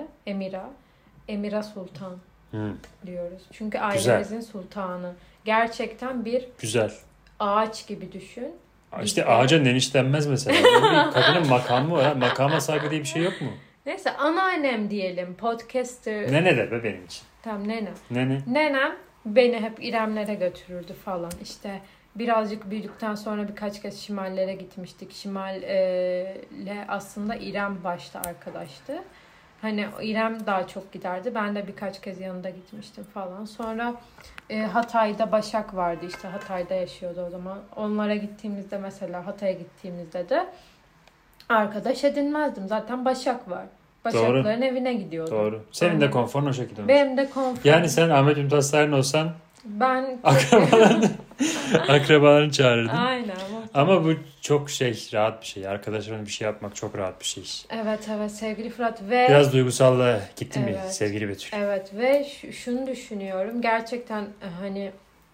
Emira Sultan diyoruz. Çünkü ailemizin sultanı. Gerçekten bir Güzel. ağaç gibi düşün. İşte Bizde- ağaca neniş denmez mesela. Böyle bir kadının makamı var. Makama saygı diye bir şey yok mu? Neyse anneannem diyelim. Podcaster. Nene de be benim için. Tamam nenem. Nene. Nenem beni hep İremlere götürürdü falan. İşte birazcık büyüdükten sonra birkaç kez Şimallere gitmiştik. Şimal'le aslında İrem başta arkadaştı. Hani İrem daha çok giderdi. Ben de birkaç kez yanında gitmiştim falan. Sonra Hatay'da Başak vardı. İşte Hatay'da yaşıyordu o zaman. Onlara gittiğimizde mesela Hatay'a gittiğimizde de arkadaş edinmezdim. Zaten Başak var. Başakların evine gidiyordum. Doğru. Senin de Aynen. konforun o şekilde olmuş. Benim de konfor. Yani sen Ahmet Mümtaz Taylan olsan Ben akrabalarını çağırırdın. Aynen. Ama bu çok rahat bir şey. Arkadaşlarına bir şey yapmak çok rahat bir şey. Evet sevgili Fırat ve Biraz duygusalla gittin mi Evet. sevgili Betül? evet ve şunu düşünüyorum. Gerçekten hani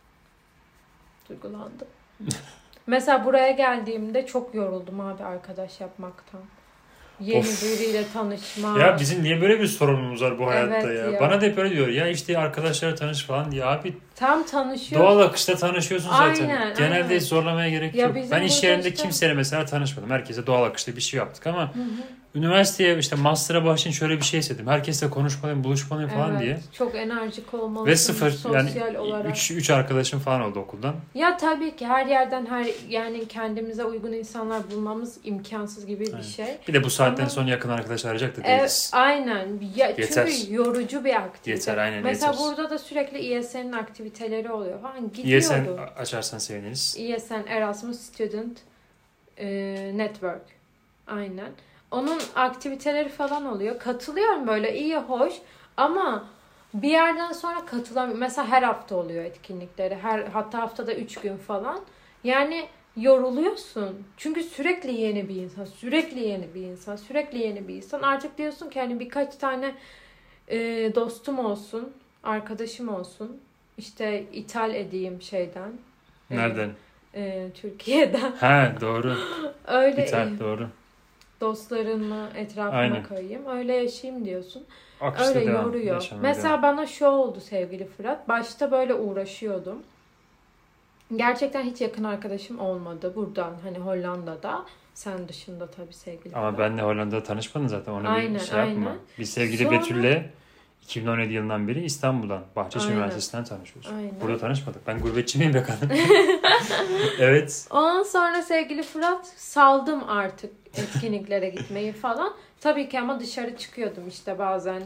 duygulandım. Mesela buraya geldiğimde çok yoruldum abi arkadaş yapmaktan. Yeni Of. biriyle tanışmak. Ya bizim niye böyle bir sorunumuz var bu hayatta Evet ya? ya. Bana da hep öyle diyor. Ya işte arkadaşlarla tanış falan diye. Abi Tam tanışıyoruz. doğal akışta tanışıyorsun zaten. Aynen, Genelde aynen. hiç zorlamaya gerek Ya yok. bizim Ben iş burada yerinde işte- kimseyle mesela tanışmadım. Herkese doğal akışta bir şey yaptık ama üniversiteye işte master'a başlayın şöyle bir şey istedim. Herkesle konuşmalıyım, buluşmalıyım falan Evet, diye. çok enerjik olmalısın. Ve sıfır sosyal yani olarak. 3 arkadaşım falan oldu okuldan. Ya tabii ki her yerden yani kendimize uygun insanlar bulmamız imkansız gibi bir Aynen. şey. Bir de bu saatten Ama- sonra yakın arkadaş arayacak da değiliz. Aynen. Ya, Yeter. çünkü yorucu bir aktivite. Yeter, aynen, Mesela yeter. burada da sürekli ESN'in aktiviteleri oluyor falan. İyi sen Gidiyordu. açarsan seviniriz. ESN Erasmus Student Network. Aynen. Onun aktiviteleri falan oluyor. Katılıyorum böyle iyi hoş ama bir yerden sonra katılamıyorum. Mesela her hafta oluyor etkinlikleri. Hatta haftada 3 gün falan. Yani yoruluyorsun. Çünkü sürekli yeni bir insan, sürekli yeni bir insan, sürekli yeni bir insan. Artık diyorsun ki hani birkaç tane dostum olsun, arkadaşım olsun. İşte ithal edeyim şeyden. Nereden? Türkiye'den. Ha doğru. Öyle Bir tane doğru. dostlarımı etrafıma Aynen. koyayım. Öyle yaşayayım diyorsun. Akışta Öyle devam. yoruyor. Yaşamaya Mesela devam. bana şu oldu sevgili Fırat. Başta böyle uğraşıyordum. Gerçekten hiç yakın arkadaşım olmadı buradan hani Hollanda'da. Sen dışında tabii sevgili Ama Fırat. benle Hollanda'da tanışmadın zaten. Ona Aynen, bir şey yapma. aynen. Biz sevgili Sonra- Betül'le 2017 yılından beri İstanbul'dan, Bahçeşehir Aynen. Üniversitesi'nden tanışıyoruz. Aynen. Burada tanışmadık. Ben gurbetçi miyim be kadın? Evet. Ondan sonra sevgili Fırat saldım artık etkinliklere gitmeyi falan. Tabii ki ama dışarı çıkıyordum işte bazen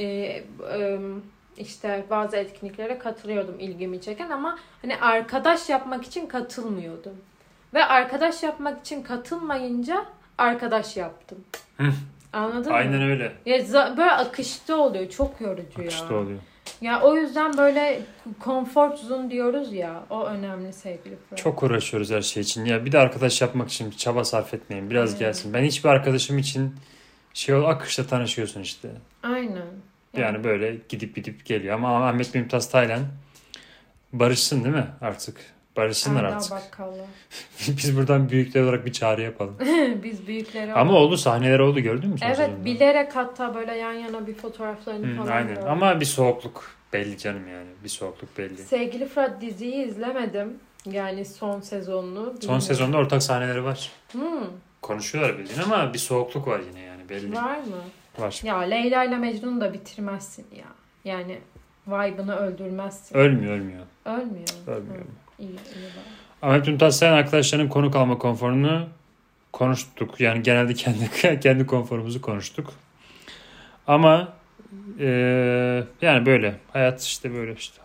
işte bazı etkinliklere katılıyordum ilgimi çeken ama hani arkadaş yapmak için katılmıyordum. Ve arkadaş yapmak için katılmayınca arkadaş yaptım. Hı. Anladın mı? Aynen öyle. Ya böyle akışta oluyor. Çok yorucu Akışta ya. oluyor. Ya o yüzden böyle comfort zone diyoruz ya. O önemli sevgili Fırat. Çok uğraşıyoruz her şey için. Ya bir de arkadaş yapmak için çaba sarf etmeyin. Biraz Aynen. gelsin. Ben hiçbir arkadaşım için akışta tanışıyorsun işte. Aynen. Yani böyle gidip geliyor. Ama Ahmet Mümtaz Taylan barışsın değil mi artık? Barışsınlar Erdal artık. Bakkal'la. Biz buradan büyükler olarak bir çağrı yapalım. Biz büyükleri Ama oldu, sahneler oldu, gördün mü son Evet sezonda? bilerek hatta böyle yan yana bir fotoğraflarını Hı, falan aynen. gördüm. Ama bir soğukluk. Belli canım yani. Bir soğukluk belli. Sevgili Fırat, diziyi izlemedim. Yani son sezonunu. Son bilmiyorum. sezonda ortak sahneleri var. Hmm, Konuşuyorlar bildiğin ama bir soğukluk var yine yani belli. var mı? Var. Ya Leyla ile Mecnun'u da bitirmezsin ya. Yani vibe'ını öldürmezsin. Ölmüyor. Ölmüyor. Ölmüyor. Hı, İyi bak. Ahmet Ünal Sayan arkadaşlarının konuk alma konforunu konuştuk. Yani genelde kendi konforumuzu konuştuk. Ama yani böyle. Hayat işte böyle işte.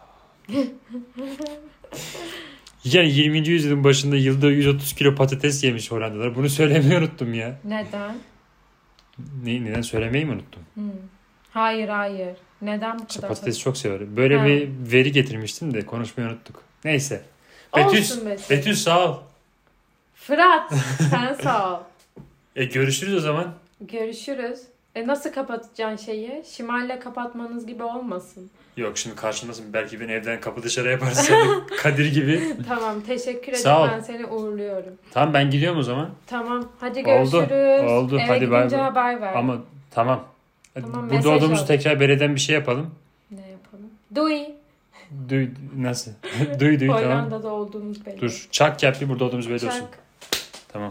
Yani 20. yüzyılın başında yılda 130 kilo patates yemiş Hollandalılar. Bunu söylemeyi unuttum ya. Neden? Neden söylemeyi mi unuttum? Hayır. Neden bu İşte kadar? patatesi çok severim. Böyle Ha. bir veri getirmiştim de konuşmayı unuttuk. Neyse. Olsun Betül sağ ol. Fırat, sen sağ ol. Görüşürüz o zaman. Görüşürüz. Nasıl kapatacaksın şeyi? Şimalle kapatmanız gibi olmasın. Yok şimdi karşındasın. Belki beni evden kapı dışarı yaparsın. Kadir gibi. Tamam, teşekkür ederim. Sağ ol. Ben seni uğurluyorum. Tamam ben gidiyorum o zaman. Tamam, hadi Oldu. görüşürüz. Oldu. Eve Hadi bay gidince bay. haber ver. Ama tamam. Tamam, Burada mesaj olduğumuzu al. tekrar belediyeden bir şey yapalım. Ne yapalım? Duy. Nasıl? Duy tamam. Hollanda'da olduğumuz belli. Dur. Çak yap bir burada olduğumuz belli olsun. Çak. Tamam.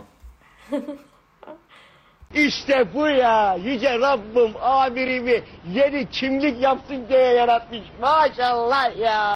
İşte bu ya. Yüce Rabbim amirimi yeni kimlik yapsın diye yaratmış. Maşallah ya.